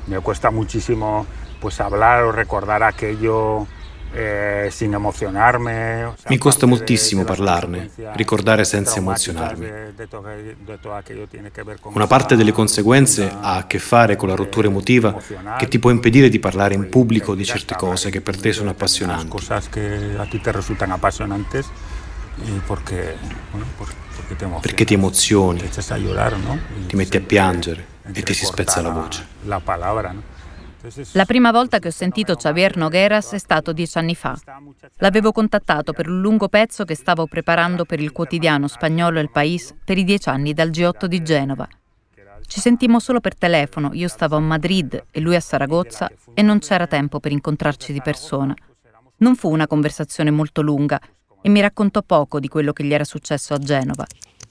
Me cuesta muchísimo pues hablar o recordar aquello sin emozionarme. Mi costa moltissimo parlarne, ricordare senza emozionarmi. Una parte delle conseguenze ha a che fare con la rottura emotiva che ti può impedire di parlare in pubblico di certe cose che per te sono appassionanti. Perché ti emozioni, ti metti a piangere e ti si spezza la voce. La prima volta che ho sentito Xavier Nogueras è stato 10 anni fa. L'avevo contattato per un lungo pezzo che stavo preparando per il quotidiano spagnolo El País per i 10 anni dal G8 di Genova. Ci sentimmo solo per telefono, io stavo a Madrid e lui a Saragozza e non c'era tempo per incontrarci di persona. Non fu una conversazione molto lunga e mi raccontò poco di quello che gli era successo a Genova.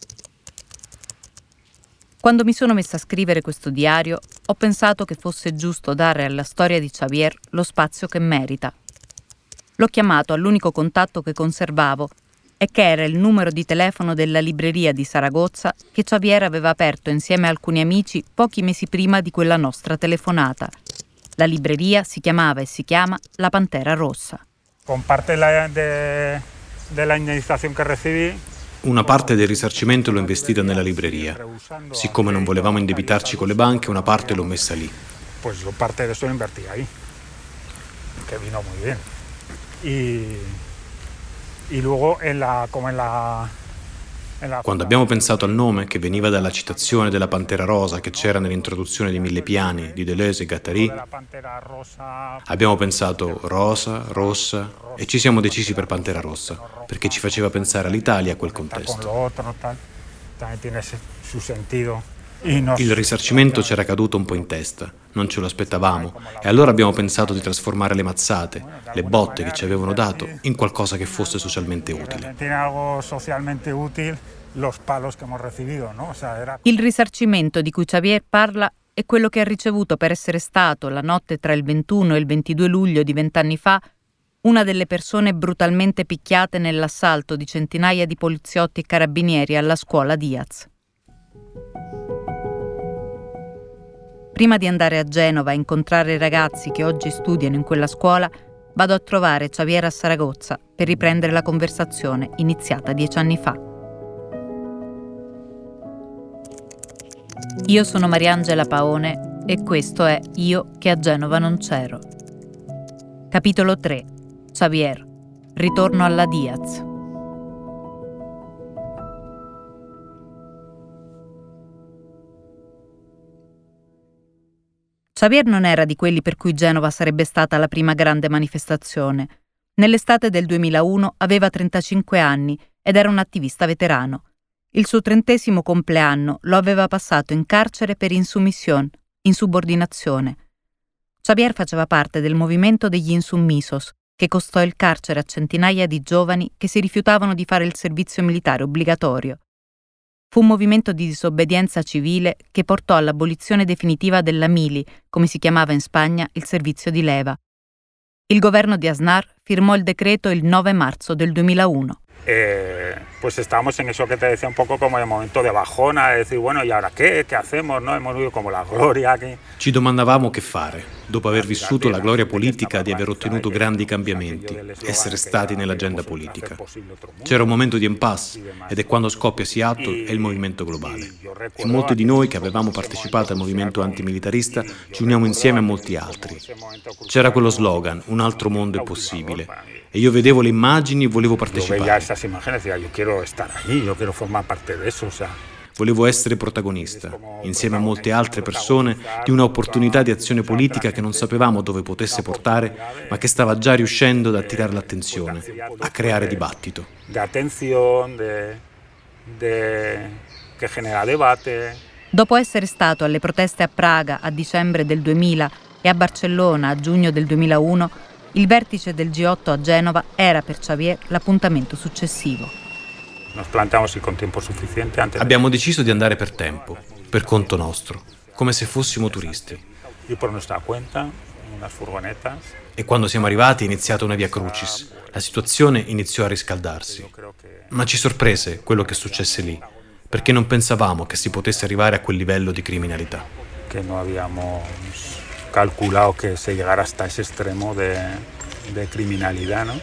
Quando mi sono messa a scrivere questo diario, ho pensato che fosse giusto dare alla storia di Xavier lo spazio che merita. L'ho chiamato all'unico contatto che conservavo e che era il numero di telefono della libreria di Saragozza che Xavier aveva aperto insieme a alcuni amici pochi mesi prima di quella nostra telefonata. La libreria si chiamava e si chiama La Pantera Rossa. Con parte della indennizzazione che recibí. Una parte del risarcimento l'ho investita nella libreria. Siccome non volevamo indebitarci con le banche, una parte l'ho messa lì. Pues yo parte de eso lo invertí ahí, que vino muy bien. Y luego Quando abbiamo pensato al nome, che veniva dalla citazione della Pantera Rosa che c'era nell'introduzione di Mille Piani di Deleuze e Guattari, abbiamo pensato rosa, rossa e ci siamo decisi per Pantera Rossa, perché ci faceva pensare all'Italia a quel contesto. Il risarcimento c'era caduto un po' in testa, non ce lo aspettavamo, e allora abbiamo pensato di trasformare le mazzate, le botte che ci avevano dato, in qualcosa che fosse socialmente utile. Il risarcimento di cui Xavier parla è quello che ha ricevuto per essere stato, la notte tra il 21 e il 22 luglio di 20 anni fa, una delle persone brutalmente picchiate nell'assalto di centinaia di poliziotti e carabinieri alla scuola Diaz. Prima di andare a Genova a incontrare i ragazzi che oggi studiano in quella scuola, vado a trovare Xavier a Saragozza per riprendere la conversazione iniziata 10 anni fa. Io sono Mariangela Paone e questo è Io che a Genova non c'ero. Capitolo 3. Xavier. Ritorno alla Diaz. Xavier non era di quelli per cui Genova sarebbe stata la prima grande manifestazione. Nell'estate del 2001 aveva 35 anni ed era un attivista veterano. Il suo 30° compleanno lo aveva passato in carcere per insummissione, insubordinazione. Xavier faceva parte del movimento degli insummisos, che costò il carcere a centinaia di giovani che si rifiutavano di fare il servizio militare obbligatorio. Fu un movimento di disobbedienza civile che portò all'abolizione definitiva della mili, come si chiamava in Spagna il servizio di leva. Il governo di Aznar firmò il decreto il 9 marzo del 2001. Pues estábamos en eso que te decía un poco como el momento de bajona, de decir, bueno, ¿y ahora qué? ¿Qué hacemos? ¿No? Hemos vivido como la gloria. Ci domandavamo che fare, dopo aver vissuto la gloria politica di aver ottenuto grandi cambiamenti, essere stati nell'agenda politica. C'era un momento di impasse ed è quando scoppia Seattle e il movimento globale. E molti di noi che avevamo partecipato al movimento antimilitarista ci uniamo insieme a molti altri. C'era quello slogan, un altro mondo è possibile. E io vedevo le immagini e volevo partecipare. Volevo essere protagonista, insieme a molte altre persone, di un'opportunità di azione politica che non sapevamo dove potesse portare, ma che stava già riuscendo ad attirare l'attenzione, a creare dibattito. Dopo essere stato alle proteste a Praga a dicembre del 2000 e a Barcellona a giugno del 2001, il vertice del G8 a Genova era per Xavier l'appuntamento successivo. Abbiamo deciso di andare per tempo, per conto nostro, come se fossimo turisti. E quando siamo arrivati è iniziata una via crucis. La situazione iniziò a riscaldarsi. Ma ci sorprese quello che successe lì, perché non pensavamo che si potesse arrivare a quel livello di criminalità. calculado que se llegara hasta ese extremo de criminalidad, ¿no?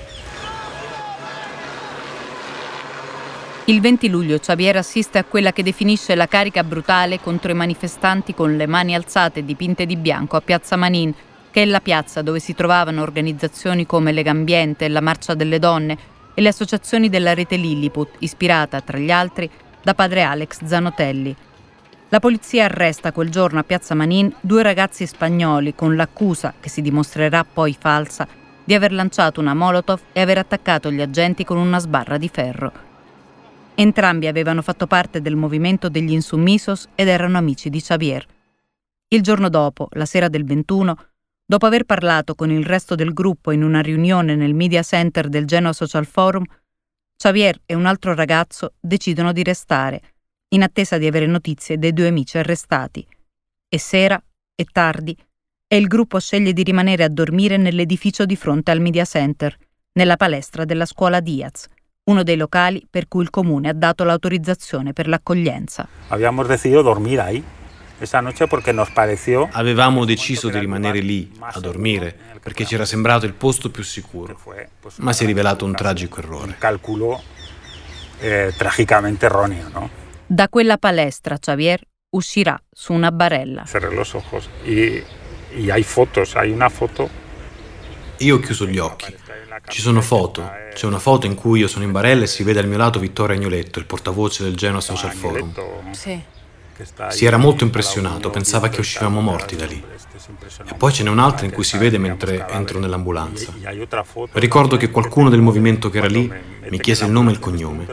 Il 20 luglio Xavier assiste a quella che definisce la carica brutale contro i manifestanti con le mani alzate e dipinte di bianco a Piazza Manin, che è la piazza dove si trovavano organizzazioni come Legambiente e la Marcia delle Donne e le associazioni della rete Lilliput, ispirata, tra gli altri, da padre Alex Zanotelli. La polizia arresta quel giorno a Piazza Manin 2 ragazzi spagnoli con l'accusa, che si dimostrerà poi falsa, di aver lanciato una molotov e aver attaccato gli agenti con una sbarra di ferro. Entrambi avevano fatto parte del movimento degli Insummisos ed erano amici di Xavier. Il giorno dopo, la sera del 21, dopo aver parlato con il resto del gruppo in una riunione nel media center del Genoa Social Forum, Xavier e un altro ragazzo decidono di restare, in attesa di avere notizie dei 2 amici arrestati. È sera, è tardi, e il gruppo sceglie di rimanere a dormire nell'edificio di fronte al media center, nella palestra della scuola Diaz, uno dei locali per cui il comune ha dato l'autorizzazione per l'accoglienza. Abbiamo deciso dormire ahí esa noche porque nos pareció. Avevamo deciso di rimanere lì, a dormire, perché ci era sembrato il posto più sicuro, ma si è rivelato un tragico errore. Un calcolo tragicamente erroneo, no? Da quella palestra Xavier uscirà su una barella. Cerré los ojos y hay fotos, hay una foto. Io ho chiuso gli occhi. Ci sono foto. C'è una foto in cui io sono in barella e si vede al mio lato Vittorio Agnoletto, il portavoce del Genoa Social Forum. Sì. Si era molto impressionato, pensava che uscivamo morti da lì. E poi ce n'è un'altra in cui si vede mentre entro nell'ambulanza. Ricordo che qualcuno del movimento che era lì mi chiese il nome e il cognome.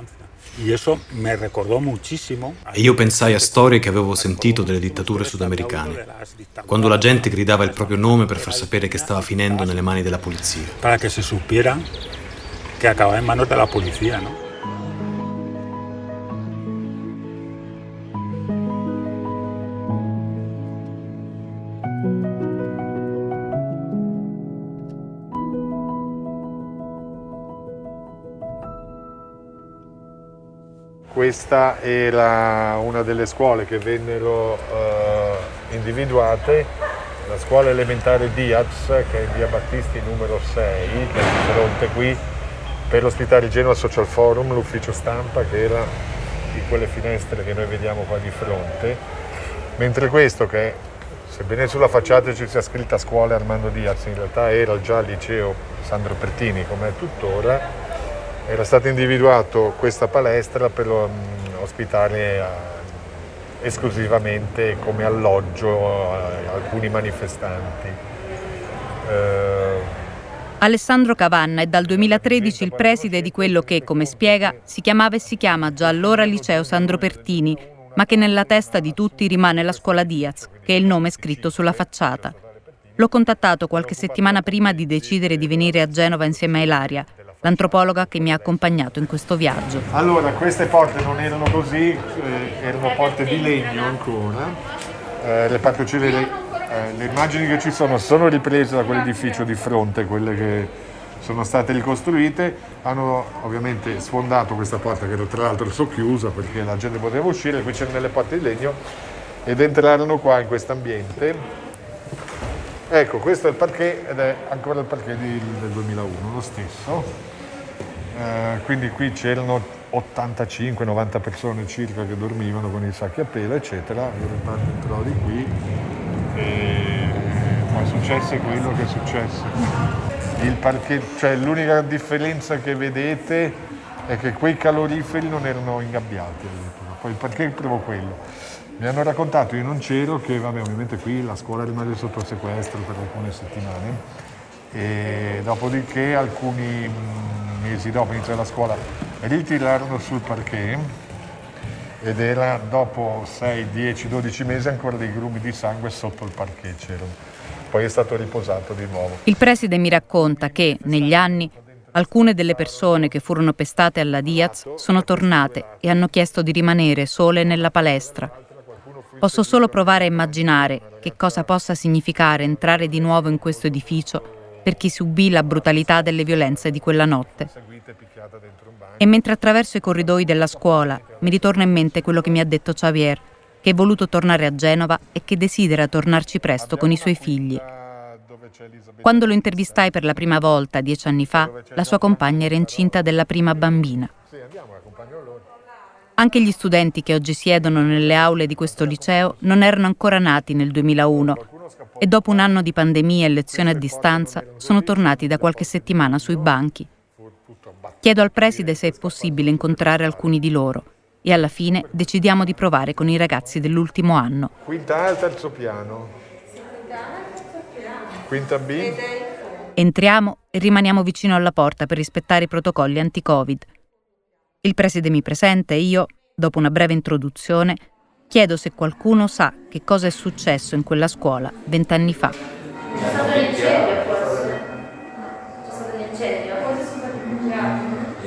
E io pensai a storie che avevo sentito delle dittature sudamericane, quando la gente gridava il proprio nome per far sapere che stava finendo nelle mani della polizia. Para que se supiera que acababa en manos de la policía, ¿no? Questa era una delle scuole che vennero individuate, la scuola elementare Diaz, che è in via Battisti numero 6, che è di fronte qui, per ospitare il Genoa Social Forum, l'ufficio stampa che era di quelle finestre che noi vediamo qua di fronte, mentre questo, che sebbene sulla facciata ci sia scritta scuola Armando Diaz, in realtà era già il liceo Sandro Pertini, come è tuttora. Era stata individuata questa palestra per ospitare esclusivamente come alloggio alcuni manifestanti. Alessandro Cavanna è dal 2013 il preside di quello che, come spiega, si chiamava e si chiama già allora liceo Sandro Pertini, ma che nella testa di tutti rimane la scuola Diaz, che è il nome scritto sulla facciata. L'ho contattato qualche settimana prima di decidere di venire a Genova insieme a Ilaria, l'antropologa che mi ha accompagnato in questo viaggio. Allora, queste porte non erano così, erano porte di legno ancora. Le immagini che ci sono riprese da quell'edificio di fronte, quelle che sono state ricostruite. Hanno ovviamente sfondato questa porta, che era tra l'altro socchiusa perché la gente poteva uscire, qui c'erano delle porte di legno ed entrarono qua in questo ambiente. Ecco, questo è il parquet ed è ancora il parquet del 2001, lo stesso. Quindi qui c'erano 85-90 persone circa che dormivano con i sacchi a pelo, eccetera. Io reparto entrò di qui e poi è successo quello che è successo. Il parquet, cioè l'unica differenza che vedete è che quei caloriferi non erano ingabbiati all'epoca, poi il parquet è proprio quello. Mi hanno raccontato, io non c'ero, che vabbè, ovviamente qui la scuola rimase sotto sequestro per alcune settimane e dopodiché alcuni mesi dopo inizio la scuola ritirarono sul parquet ed era dopo 6, 10, 12 mesi ancora dei grumi di sangue sotto il parquet c'erano. Poi è stato riposato di nuovo. Il preside mi racconta che, negli anni, alcune delle persone che furono pestate alla Diaz sono tornate e hanno chiesto di rimanere sole nella palestra. Posso solo provare a immaginare che cosa possa significare entrare di nuovo in questo edificio per chi subì la brutalità delle violenze di quella notte. E mentre attraverso i corridoi della scuola mi ritorna in mente quello che mi ha detto Xavier, che è voluto tornare a Genova e che desidera tornarci presto con i suoi figli. Quando lo intervistai per la prima volta 10 anni fa, la sua compagna era incinta della prima bambina. Anche gli studenti che oggi siedono nelle aule di questo liceo non erano ancora nati nel 2001 e dopo un anno di pandemia e lezioni a distanza sono tornati da qualche settimana sui banchi. Chiedo al preside se è possibile incontrare alcuni di loro e alla fine decidiamo di provare con i ragazzi dell'ultimo anno. Quinta A al terzo piano. Quinta B. Entriamo e rimaniamo vicino alla porta per rispettare i protocolli anti-Covid. Il preside mi presenta e io, dopo una breve introduzione, chiedo se qualcuno sa che cosa è successo in quella scuola 20 anni fa. C'è stato un incendio forse? C'è stato un incendio? Forse sono stati picchiati.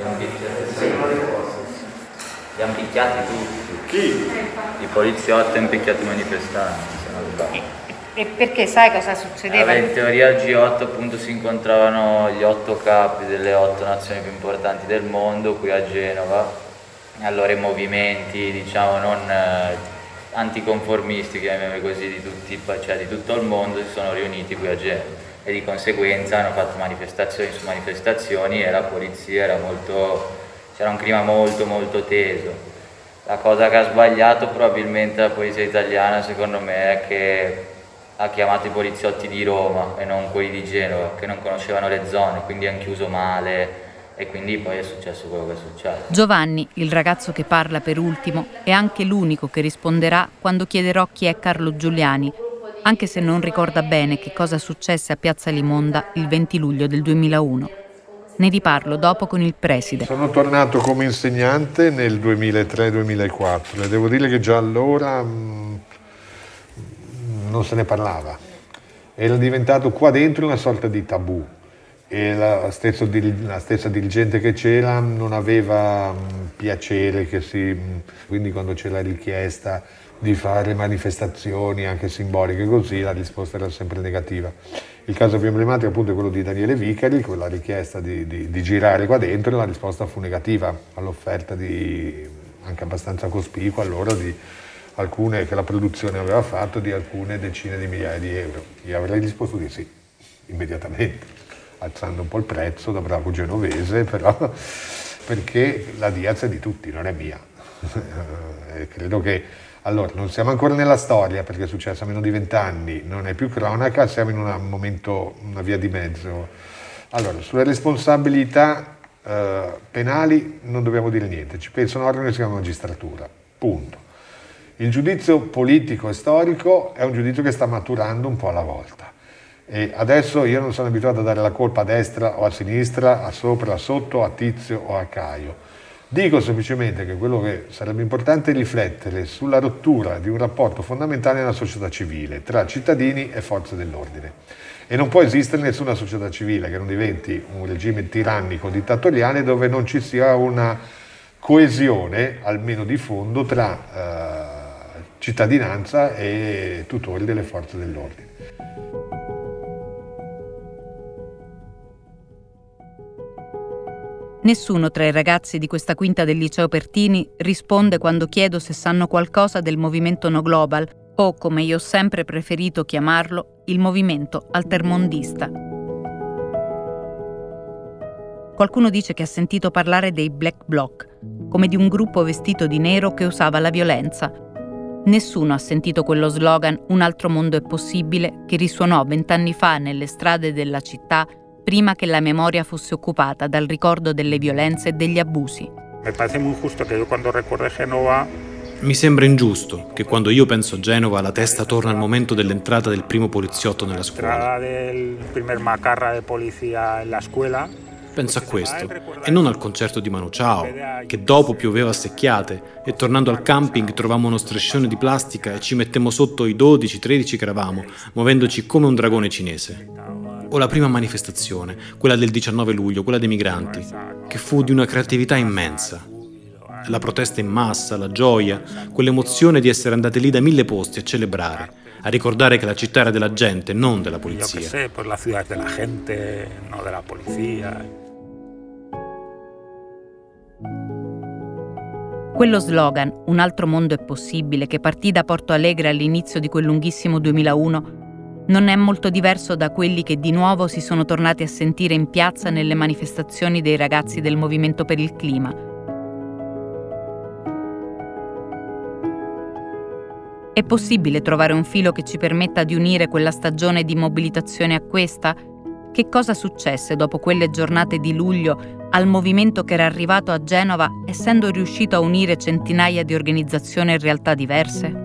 Li hanno picchiati tutti. Chi? I poliziotti hanno picchiato i manifestanti, se non sbaglio. E perché sai cosa succedeva? In teoria al G8 appunto si incontravano gli 8 capi delle 8 nazioni più importanti del mondo qui a Genova. Allora i movimenti, diciamo, non anticonformisti, chiamiamoli così, di tutto il mondo si sono riuniti qui a Genova e di conseguenza hanno fatto manifestazioni su manifestazioni e la polizia c'era un clima molto molto teso. La cosa che ha sbagliato probabilmente la polizia italiana, secondo me, è che ha chiamato i poliziotti di Roma e non quelli di Genova, che non conoscevano le zone, quindi hanno chiuso male e quindi poi è successo quello che è successo. Giovanni, il ragazzo che parla per ultimo, è anche l'unico che risponderà quando chiederò chi è Carlo Giuliani, anche se non ricorda bene che cosa successe a Piazza Limonda il 20 luglio del 2001. Ne riparlo dopo con il preside. Sono tornato come insegnante nel 2003-2004 e devo dire che già allora non se ne parlava. Era diventato qua dentro una sorta di tabù e la stessa dirigente che c'era non aveva piacere quindi quando c'è la richiesta di fare manifestazioni anche simboliche così, la risposta era sempre negativa. Il caso più emblematico appunto è quello di Daniele Vicari, con la richiesta di girare qua dentro, e la risposta fu negativa all'offerta anche abbastanza cospicua allora di alcune che la produzione aveva fatto di alcune decine di migliaia di euro. Io avrei risposto di sì, immediatamente, alzando un po' il prezzo da bravo genovese, però perché la Diaz è di tutti, non è mia. Credo che allora non siamo ancora nella storia perché è successo a meno di 20 anni, non è più cronaca, siamo in un momento, una via di mezzo. Allora, sulle responsabilità penali non dobbiamo dire niente, ci pensano organi che si chiama magistratura, punto. Il giudizio politico e storico è un giudizio che sta maturando un po' alla volta. E adesso io non sono abituato a dare la colpa a destra o a sinistra, a sopra, a sotto, a Tizio o a Caio. Dico semplicemente che quello che sarebbe importante è riflettere sulla rottura di un rapporto fondamentale nella società civile, tra cittadini e forze dell'ordine. E non può esistere nessuna società civile che non diventi un regime tirannico, dittatoriale, dove non ci sia una coesione, almeno di fondo, tra cittadinanza e tutori delle forze dell'ordine. Nessuno tra i ragazzi di questa quinta del liceo Pertini risponde quando chiedo se sanno qualcosa del movimento No Global o, come io ho sempre preferito chiamarlo, il movimento altermondista. Qualcuno dice che ha sentito parlare dei Black Bloc, come di un gruppo vestito di nero che usava la violenza. Nessuno ha sentito quello slogan "Un altro mondo è possibile" che risuonò 20 anni fa nelle strade della città prima che la memoria fosse occupata dal ricordo delle violenze e degli abusi. Mi sembra ingiusto che quando io penso a Genova la testa torna al momento dell'entrata del primo poliziotto nella scuola. Penso a questo e non al concerto di Manu Chao, che dopo pioveva a secchiate e tornando al camping trovammo uno striscione di plastica e ci mettemmo sotto i 12-13 che eravamo, muovendoci come un dragone cinese. O la prima manifestazione, quella del 19 luglio, quella dei migranti, che fu di una creatività immensa. La protesta in massa, la gioia, quell'emozione di essere andati lì da 1000 posti a celebrare, a ricordare che la città era della gente, non della polizia. Quello slogan, un altro mondo è possibile, che partì da Porto Alegre all'inizio di quel lunghissimo 2001, non è molto diverso da quelli che di nuovo si sono tornati a sentire in piazza nelle manifestazioni dei ragazzi del Movimento per il Clima. È possibile trovare un filo che ci permetta di unire quella stagione di mobilitazione a questa? Che cosa successe dopo quelle giornate di luglio al movimento che era arrivato a Genova, essendo riuscito a unire centinaia di organizzazioni e realtà diverse?